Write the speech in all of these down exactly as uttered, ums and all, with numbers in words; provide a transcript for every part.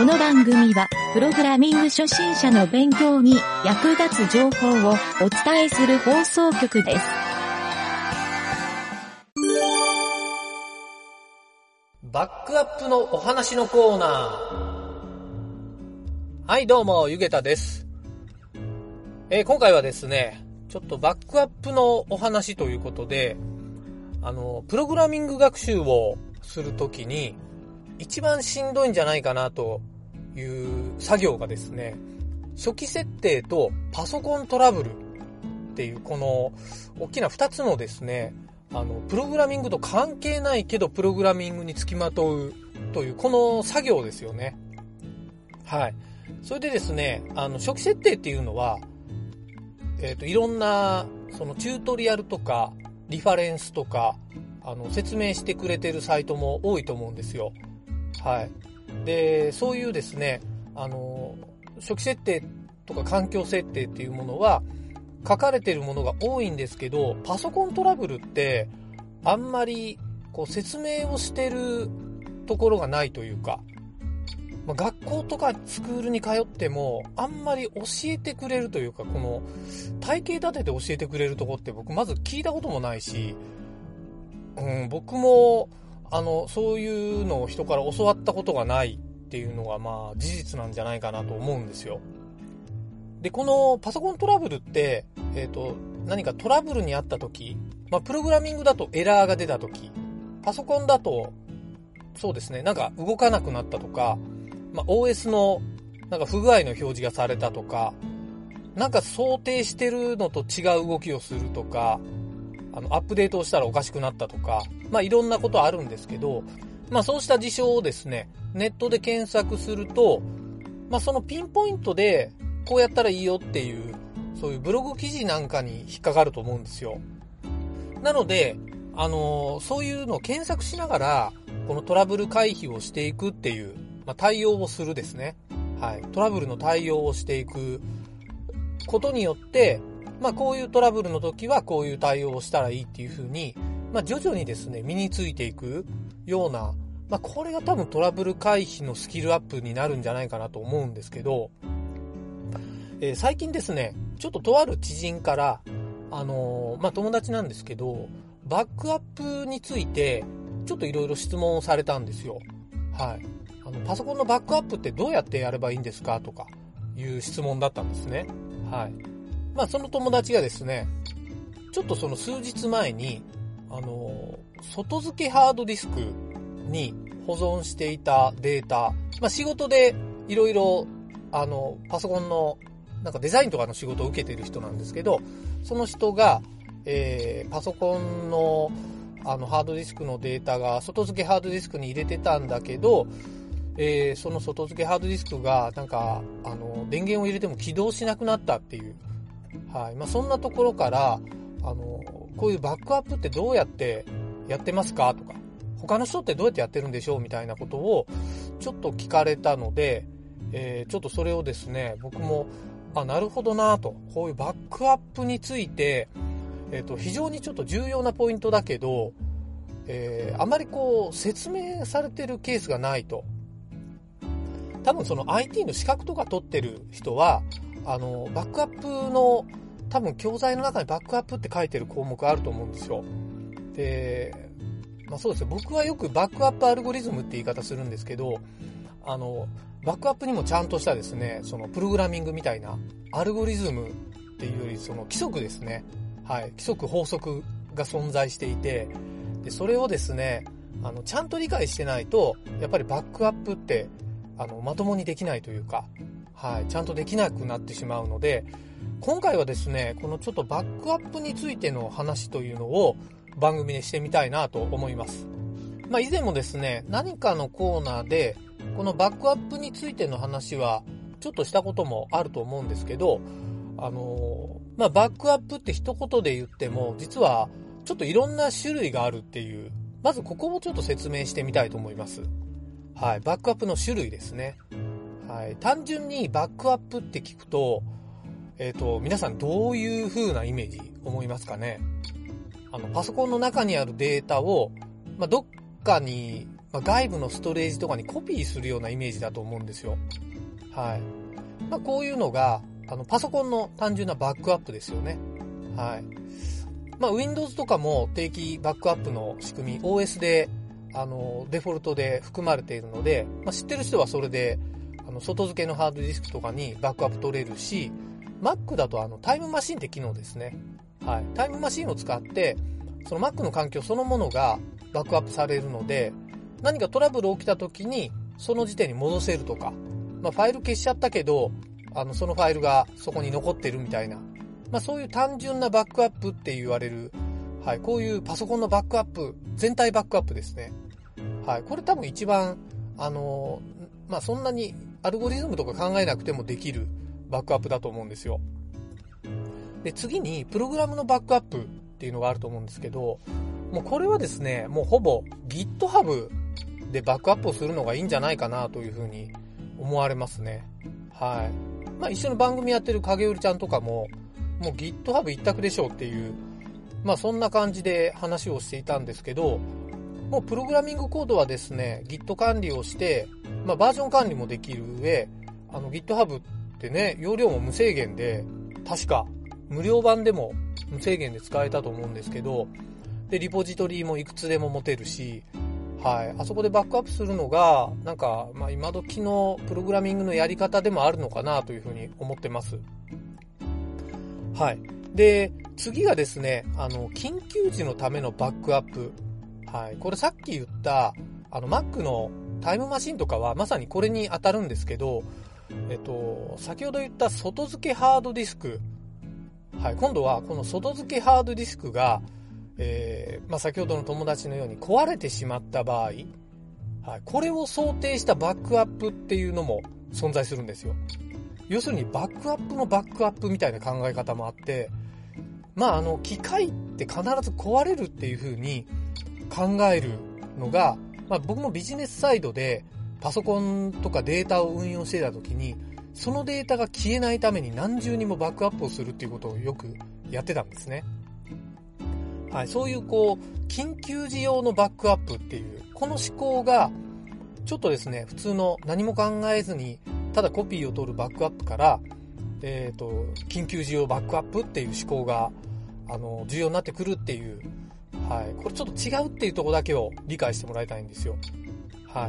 の番組は、プログラミング初心者の勉強に役立つ情報をお伝えする放送局です。 バックアップのお話のコーナー。はい、どうも、ゆげたです。えー、今回はですね、ちょっとバックアップのお話ということで、あの、プログラミング学習をするときに、一番しんどいんじゃないかなという作業がですね、初期設定とパソコントラブルっていうこの大きな二つのですね、あの、プログラミングと関係ないけどプログラミングにつきまとうというこの作業ですよね。はい。それでですね、あの、初期設定っていうのは、えっと、いろんなそのチュートリアルとかリファレンスとか、あの、説明してくれてるサイトも多いと思うんですよ。はい。で、そういうですね、あの、初期設定とか環境設定っていうものは書かれてるものが多いんですけど、パソコントラブルってあんまりこう説明をしてるところがないというか、まあ、学校とかスクールに通ってもあんまり教えてくれるというか、この体系立てて教えてくれるところって僕まず聞いたこともないし、うん、僕もあのそういうのを人から教わったことがないっていうのがまあ事実なんじゃないかなと思うんですよ。で、このパソコントラブルって、えっと、何かトラブルにあったとき、まあ、プログラミングだとエラーが出たとき、パソコンだと、そうですね、なんか動かなくなったとか、まあ、オーエス のなんか不具合の表示がされたとか、なんか想定してるのと違う動きをするとか、あの、アップデートをしたらおかしくなったとか、まあ、いろんなことあるんですけど、まあ、そうした事象をですね、ネットで検索すると、まあ、そのピンポイントで、こうやったらいいよっていう、そういうブログ記事なんかに引っかかると思うんですよ。なので、あのー、そういうのを検索しながら、このトラブル回避をしていくっていう、まあ、対応をするですね。はい。トラブルの対応をしていくことによって、まあ、こういうトラブルの時はこういう対応をしたらいいっていうふうに、まあ、徐々にですね、身についていくような、まあ、これが多分トラブル回避のスキルアップになるんじゃないかなと思うんですけど、えー、最近ですね、ちょっととある知人から、あのー、まあ、友達なんですけど、バックアップについて、ちょっといろいろ質問をされたんですよ。はい。あの、パソコンのバックアップってどうやってやればいいんですかとかいう質問だったんですね。はい。まあ、その友達がですね、ちょっとその数日前に、あのー、外付けハードディスクに保存していたデータ、まあ、仕事でいろいろ、あの、パソコンのなんかデザインとかの仕事を受けている人なんですけど、その人が、えー、パソコンのあのハードディスクのデータが外付けハードディスクに入れてたんだけど、えー、その外付けハードディスクがなんかあの電源を入れても起動しなくなったっていう、はい、まあ、そんなところからあのこういうバックアップってどうやってやってますかとか、他の人ってどうやってやってるんでしょうみたいなことをちょっと聞かれたので、えー、ちょっとそれをですね、僕もあ、なるほどなと、こういうバックアップについて、えっと、非常にちょっと重要なポイントだけど、えー、あまりこう、説明されてるケースがないと。多分その アイティー の資格とか取ってる人は、あの、バックアップの、多分教材の中にバックアップって書いてる項目あると思うんですよ。で、まあそうですね、僕はよくバックアップアルゴリズムって言い方するんですけど、あの、バックアップにもちゃんとしたですね、そのプログラミングみたいなアルゴリズムっていうよりその規則ですね。はい。規則法則が存在していて、で、それをですね、あの、ちゃんと理解してないと、やっぱりバックアップって、あの、まともにできないというか、はい。ちゃんとできなくなってしまうので、今回はですね、このちょっとバックアップについての話というのを番組でしてみたいなと思います。まあ以前もですね、何かのコーナーで、このバックアップについての話はちょっとしたこともあると思うんですけど、あのー、まあ、バックアップって一言で言っても、実はちょっといろんな種類があるっていう、まずここをちょっと説明してみたいと思います。はい、バックアップの種類ですね。はい、単純にバックアップって聞くと、えっと、皆さんどういう風なイメージ思いますかね。あの、パソコンの中にあるデータを、まあ、どっかにまあ、外部のストレージとかにコピーするようなイメージだと思うんですよ。はい。まあ、こういうのが、あの、パソコンの単純なバックアップですよね。はい。まあ、Windows とかも定期バックアップの仕組み、オーエス で、あの、デフォルトで含まれているので、まあ、知ってる人はそれで、あの、外付けのハードディスクとかにバックアップ取れるし、Mac だとあの、タイムマシンって機能ですね。はい。タイムマシンを使って、その Mac の環境そのものがバックアップされるので、何かトラブル起きた時に、その時点に戻せるとか、まあ、ファイル消しちゃったけど、あの、そのファイルがそこに残ってるみたいな、まあ、そういう単純なバックアップって言われる、はい、こういうパソコンのバックアップ、全体バックアップですね。はい、これ多分一番、あの、まあ、そんなにアルゴリズムとか考えなくてもできるバックアップだと思うんですよ。で、次に、プログラムのバックアップっていうのがあると思うんですけど、もうこれはですね、もうほぼ GitHub でバックアップをするのがいいんじゃないかなというふうに思われますね。はい。まあ、一緒に番組やってる影織ちゃんとかも、もう GitHub 一択でしょうっていう、まあそんな感じで話をしていたんですけど、もうプログラミングコードはですね、Git 管理をして、まあバージョン管理もできる上、あの GitHub ってね、容量も無制限で、確か無料版でも無制限で使えたと思うんですけど、で、リポジトリもいくつでも持てるし、はい、あそこでバックアップするのが、なんか、まあ今時のプログラミングのやり方でもあるのかなというふうに思ってます。はい。で、次がですね、あの、緊急時のためのバックアップ。はい。これさっき言った、あの、Mac のタイムマシンとかはまさにこれに当たるんですけど、えっと、先ほど言った外付けハードディスク。はい。今度はこの外付けハードディスクが、えー、まあ、先ほどの友達のように壊れてしまった場合、はい。これを想定したバックアップっていうのも存在するんですよ。要するにバックアップのバックアップみたいな考え方もあって、まああの機械って必ず壊れるっていう風に考えるのが、まあ僕もビジネスサイドでパソコンとかデータを運用してた時に、そのデータが消えないために何重にもバックアップをするっていうことをよくやってたんですね。はい、そういうこう緊急時用のバックアップっていうこの思考がちょっとですね、普通の何も考えずにただコピーを取るバックアップから、えっと、緊急時用バックアップっていう思考が、あの、重要になってくるっていう、はい。これちょっと違うっていうところだけを理解してもらいたいんですよ。はい。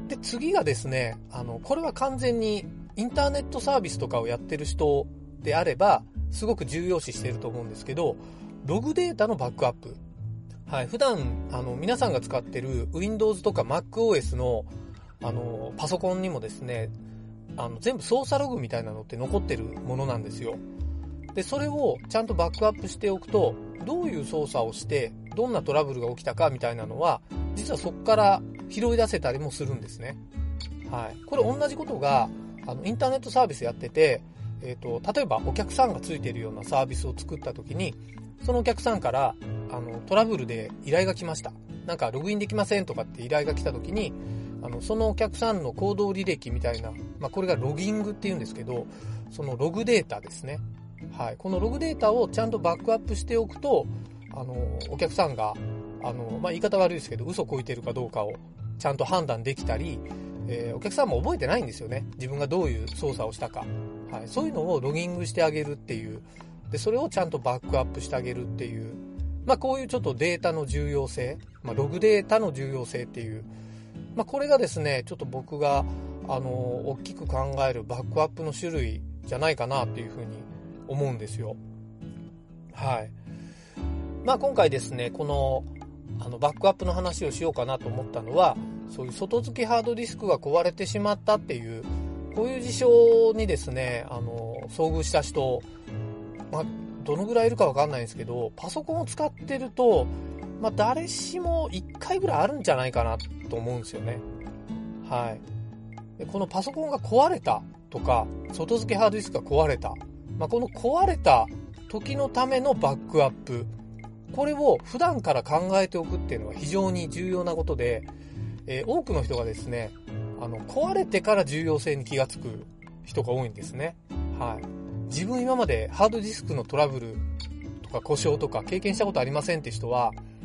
で、次がですね、あの、これは完全にインターネットサービスとかをやってる人であれば、すごく重要視していると思うんですけど、ログデータのバックアップ。はい。普段、あの、皆さんが使ってる Windows とか MacOS の、あの、パソコンにもですね、あの全部操作ログみたいなのって残ってるものなんですよ。で、それをちゃんとバックアップしておくと、どういう操作をして、どんなトラブルが起きたかみたいなのは、実はそこから拾い出せたりもするんですね。はい。これ同じことが、あの、インターネットサービスやってて、えっと、例えばお客さんがついているようなサービスを作った時に、そのお客さんから、あの、トラブルで依頼が来ました。なんかログインできませんとかって依頼が来た時に、あの、そのお客さんの行動履歴みたいな、まあ、これがロギングっていうんですけど、そのログデータですね。はい。このログデータをちゃんとバックアップしておくと、あの、お客さんが、あの、まあ、言い方悪いですけど、嘘こいてるかどうかをちゃんと判断できたり、えー、お客さんも覚えてないんですよね。自分がどういう操作をしたか。はい。そういうのをロギングしてあげるっていう。で、それをちゃんとバックアップしてあげるっていう。まあ、こういうちょっとデータの重要性、まあ、ログデータの重要性っていう、まあ、これがですね、ちょっと僕が、あの、大きく考えるバックアップの種類じゃないかなっていうふうに思うんですよ。はい。まあ、今回ですね、この、あの、バックアップの話をしようかなと思ったのは、そういう外付けハードディスクが壊れてしまったっていう、こういう事象にですね、あの、遭遇した人、まあ、どのぐらいいるかわかんないんですけど、パソコンを使ってると、まあ、誰しもいっかいぐらいあるんじゃないかなと思うんですよね。はい。で、このパソコンが壊れたとか、外付けハードディスクが壊れた。まあ、この壊れた時のためのバックアップ。これを普段から考えておくっていうのは非常に重要なことで、えー、多くの人がですね、あの、壊れてから重要性に気がつく人が多いんですね。はい。自分今までハードディスクのトラブルとか故障とか経験したことありませんって人は、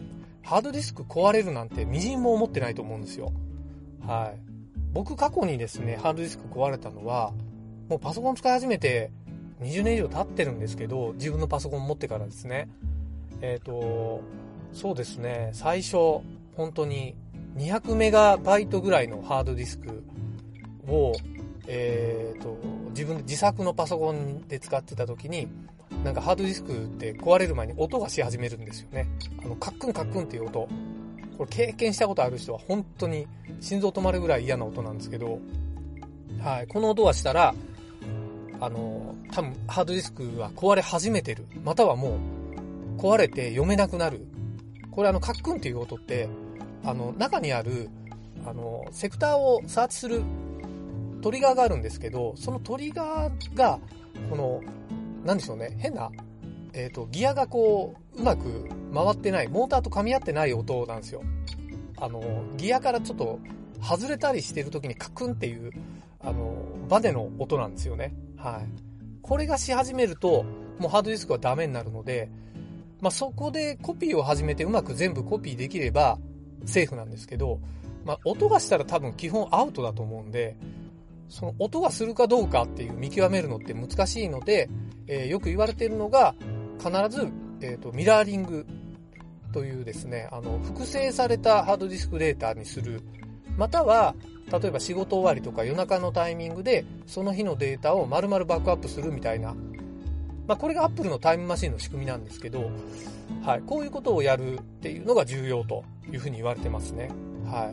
ハードディスク壊れるなんてみじんも思ってないと思うんですよ。はい。僕過去にですね、ハードディスク壊れたのは、もうパソコン使い始めてにじゅうねん以上経ってるんですけど、自分のパソコン持ってからですね。えっと、そうですね、最初、本当ににひゃくメガバイトぐらいのハードディスクを、えっと、自分で自作のパソコンで使ってた時に、なんかハードディスクって壊れる前に音がし始めるんですよね。あの、カックンカックンっていう音。これ経験したことある人は本当に心臓止まるぐらい嫌な音なんですけど、はい、この音がしたら、あの、多分ハードディスクは壊れ始めてる。またはもう壊れて読めなくなる。これあの、カックンっていう音って、あの、中にある、あの、セクターをサーチするトリガーがあるんですけど、そのトリガーが、この、なんでしょうね、変な、えっと、ギアがこう、うまく回ってない、モーターと噛み合ってない音なんですよ。あの、ギアからちょっと外れたりしてる時にカクンっていう、あの、バネの音なんですよね。はい。これがし始めると、もうハードディスクはダメになるので、まあ、そこでコピーを始めてうまく全部コピーできればセーフなんですけど、まあ、音がしたら多分基本アウトだと思うんで、その音がするかどうかっていう見極めるのって難しいので、えー、よく言われているのが必ず、えーと、ミラーリングというですね、あの複製されたハードディスクデータにする、または例えば仕事終わりとか夜中のタイミングでその日のデータを丸々バックアップするみたいな、まあ、これが Apple のタイムマシンの仕組みなんですけど、はい、こういうことをやるっていうのが重要というふうに言われてますね。はい。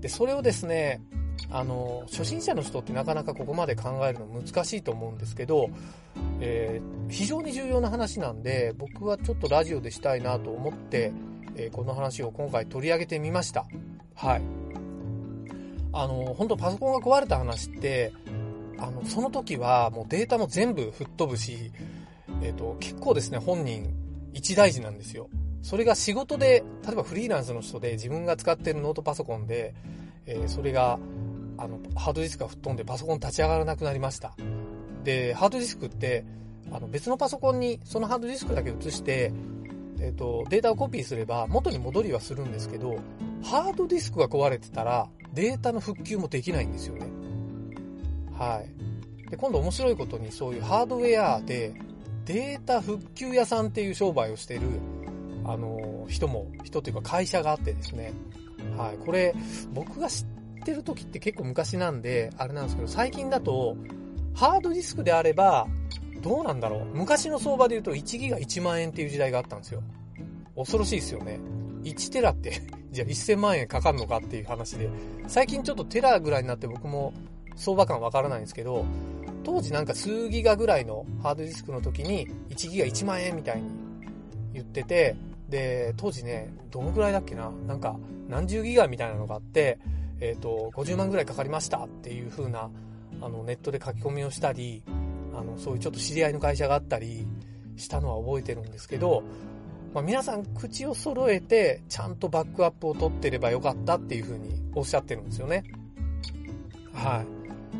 で、それをですね、あの初心者の人ってなかなかここまで考えるの難しいと思うんですけど、えー、非常に重要な話なんで、僕はちょっとラジオでしたいなと思って、えー、この話を今回取り上げてみました。はい。あの本当パソコンが壊れた話って、あのその時はもうデータも全部吹っ飛ぶし、えーと、結構ですね、本人一大事なんですよ。それが仕事で、例えばフリーランスの人で自分が使っているノートパソコンで、えー、それがあのハードディスクが吹っ飛んでパソコン立ち上がらなくなりました。で、ハードディスクってあの別のパソコンにそのハードディスクだけ移して、えーと、データをコピーすれば元に戻りはするんですけど、ハードディスクが壊れてたらデータの復旧もできないんですよね。はい。で、今度面白いことに、そういうハードウェアでデータ復旧屋さんっていう商売をしているあの人も人というか会社があってですね、はい、これ僕が知ってる時って結構昔なんであれなんですけど、最近だとハードディスクであればどうなんだろう、昔の相場で言うといちギガいちまんえんっていう時代があったんですよ。恐ろしいですよね。いちテラってじゃあせんまんえんかかるのかっていう話で、最近ちょっとテラぐらいになって僕も相場感わからないんですけど、当時なんか数ギガぐらいのハードディスクの時にいちギガいちまんえんみたいに言ってて、で当時ね、どのぐらいだっけな、なんか何十ギガみたいなのがあって、えっとごじゅうまんぐらいかかりましたっていう風なあのネットで書き込みをしたり、あのそういうちょっと知り合いの会社があったりしたのは覚えてるんですけど、まあ、皆さん口を揃えてちゃんとバックアップを取ってればよかったっていう風におっしゃってるんですよね。はい。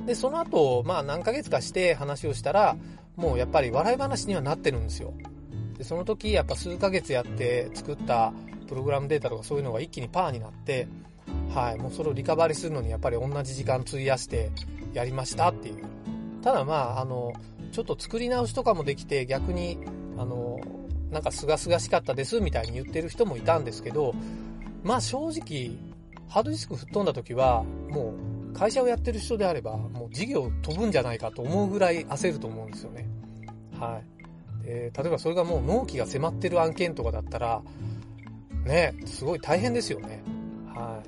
でその後、まあ何ヶ月かして話をしたら、もうやっぱり笑い話にはなってるんですよ。でその時やっぱ数ヶ月やって作ったプログラムデータとかそういうのが一気にパーになって、はい、もうそれをリカバリするのにやっぱり同じ時間費やしてやりましたっていう。ただまああのちょっと作り直しとかもできて、逆にあのなんか清々しかったですみたいに言ってる人もいたんですけど、まあ正直ハードディスク吹っ飛んだ時はもう会社をやってる人であればもう事業飛ぶんじゃないかと思うぐらい焦ると思うんですよね。はい。えー、例えばそれがもう納期が迫ってる案件とかだったらね、すごい大変ですよね。はい。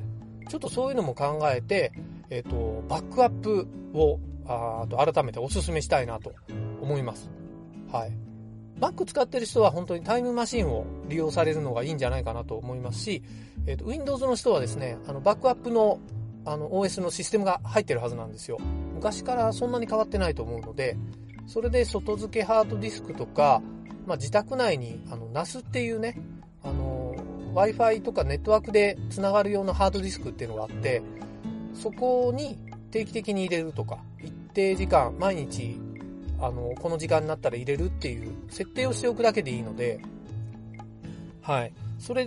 ちょっとそういうのも考えて、えっとバックアップをあと改めてお勧めしたいなと思います。はい。Mac 使ってる人は本当にタイムマシンを利用されるのがいいんじゃないかなと思いますし、えっと Windows の人はですね、あのバックアップのあの オーエス のシステムが入ってるはずなんですよ。昔からそんなに変わってないと思うので、それで外付けハードディスクとか、まあ、自宅内にあの ナス っていうね、あの Wi-Fi とかネットワークでつながる用のハードディスクっていうのがあって、そこに定期的に入れるとか、一定時間毎日あのこの時間になったら入れるっていう設定をしておくだけでいいので、はい、それで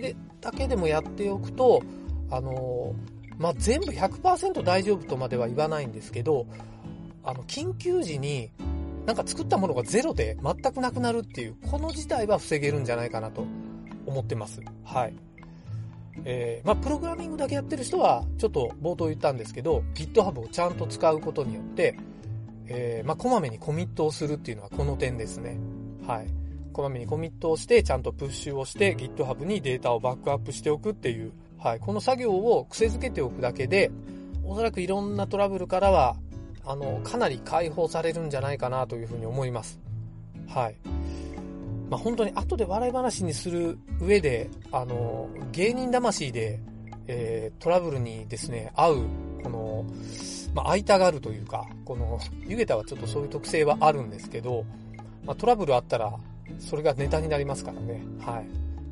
だけでもやっておくと、あの、まあ、全部 ひゃくパーセント 大丈夫とまでは言わないんですけど、あの、緊急時になんか作ったものがゼロで全くなくなるっていう、この事態は防げるんじゃないかなと思ってます。はい。えー、まあ、プログラミングだけやってる人は、ちょっと冒頭言ったんですけど、GitHub をちゃんと使うことによって、えー、まあ、こまめにコミットをするっていうのはこの点ですね。はい。こまめにコミットをして、ちゃんとプッシュをして、GitHub にデータをバックアップしておくっていう、はい。この作業を癖づけておくだけで、おそらくいろんなトラブルからは、あの、かなり解放されるんじゃないかなというふうに思います。はい。まあ、本当に後で笑い話にする上で、あの、芸人魂で、えー、トラブルにですね、合う、この、まあ、会いたがるというか、この、ゆげたはちょっとそういう特性はあるんですけど、まあ、トラブルあったら、それがネタになりますからね。はい。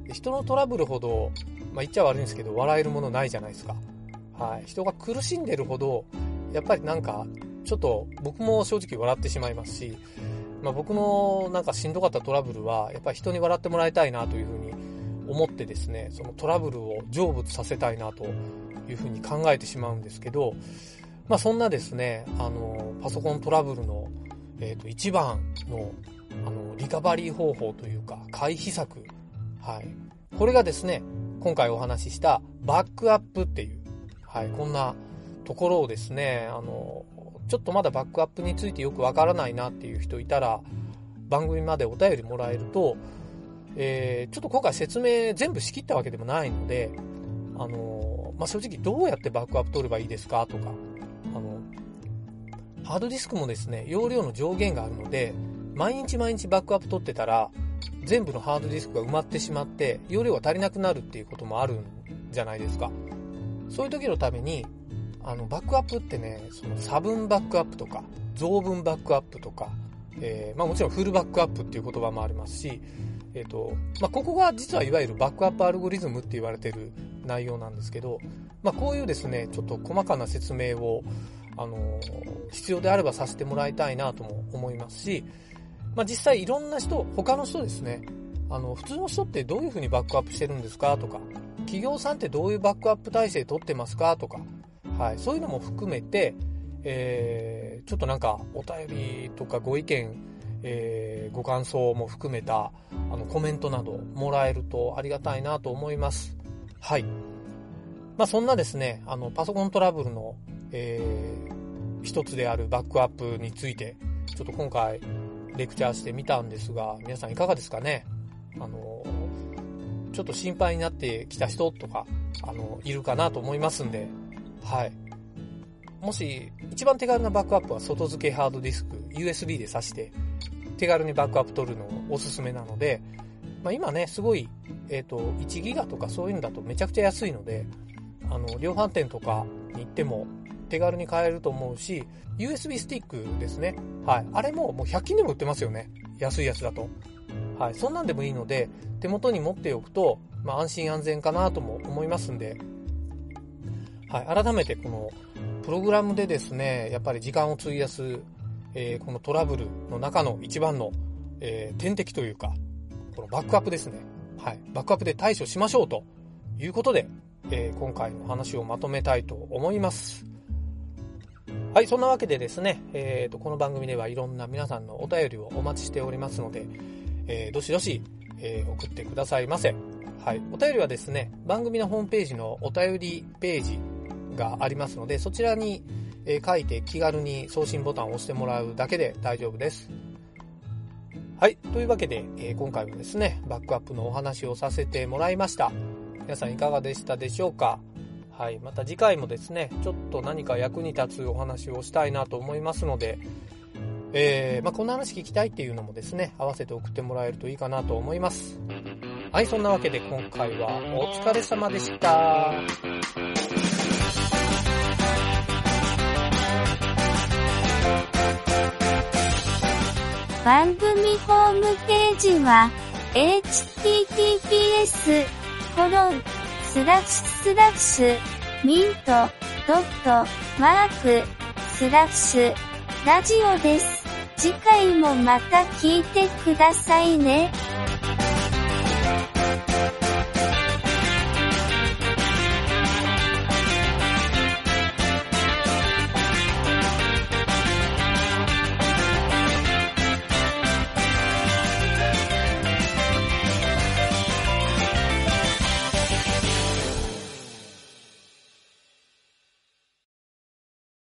で、人のトラブルほど、まあ、言っちゃ悪いんですけど、笑えるものないじゃないですか。はい。人が苦しんでるほど、やっぱりなんか、ちょっと僕も正直笑ってしまいますし、まあ、僕のなんかしんどかったトラブルはやっぱり人に笑ってもらいたいなというふうに思ってですね、そのトラブルを成仏させたいなというふうに考えてしまうんですけど、まあ、そんなですね、あのパソコントラブルの、えー、と一番の、あのリカバリー方法というか回避策、はい、これがですね、今回お話ししたバックアップっていう、はい、こんなところをですね、あのちょっとまだバックアップについてよくわからないなっていう人いたら、番組までお便りもらえると、えー、ちょっと今回説明全部しきったわけでもないので、あのまあ、正直どうやってバックアップ取ればいいですかとか、あのハードディスクもですね、容量の上限があるので、毎日毎日バックアップ取ってたら全部のハードディスクが埋まってしまって容量が足りなくなるっていうこともあるんじゃないですか。そういう時のために、あのバックアップってね、その差分バックアップとか増分バックアップとか、えーまあ、もちろんフルバックアップっていう言葉もありますし、えーとまあ、ここが実はいわゆるバックアップアルゴリズムって言われてる内容なんですけど、まあ、こういうですね、ちょっと細かな説明を、あのー、必要であればさせてもらいたいなとも思いますし、まあ、実際いろんな人、他の人ですね、あの普通の人ってどういうふうにバックアップしてるんですかとか、企業さんってどういうバックアップ体制取ってますかとか、はい、そういうのも含めて、えー、ちょっとなんかお便りとかご意見、えー、ご感想も含めたあのコメントなどもらえるとありがたいなと思います。はい。まあそんなですね、あのパソコントラブルの、えー、一つであるバックアップについてちょっと今回レクチャーしてみたんですが、皆さんいかがですかね。あのちょっと心配になってきた人とかあのいるかなと思いますんで、はい。もし一番手軽なバックアップは外付けハードディスク ユーエスビー で挿して手軽にバックアップ取るのおすすめなので、まあ、今ねすごい、えーと、いちギガとかそういうのだとめちゃくちゃ安いので、あの量販店とかに行っても手軽に買えると思うし、 ユーエスビー スティックですね、はい、あれももうひゃく均でも売ってますよね、安いやつだと。はい、そんなんでもいいので手元に持っておくと、まあ、安心安全かなとも思いますんで、はい、改めてこのプログラムでですね、やっぱり時間を費やす、えー、このトラブルの中の一番の、えー、天敵というか、このバックアップですね。はい、バックアップで対処しましょうということで、えー、今回の話をまとめたいと思います。はい、そんなわけでですね、えーと、この番組ではいろんな皆さんのお便りをお待ちしておりますので、えー、どしどし、えー、送ってくださいませ。はい、お便りはですね、番組のホームページのお便りページがありますので、そちらに、えー、書いて気軽に送信ボタンを押してもらうだけで大丈夫です。はい、というわけで、えー、今回もですね、バックアップのお話をさせてもらいました。皆さんいかがでしたでしょうか。はい、また次回もですね、ちょっと何か役に立つお話をしたいなと思いますので、えーまあ、こんな話聞きたいっていうのもですね、合わせて送ってもらえるといいかなと思います。はい、そんなわけで今回はお疲れ様でした。 番組ホームページは エイチティーティーピーエス コロンスラッシュスラッシュミントドットマークスラッシュラジオです。次回もまた聞いてくださいね。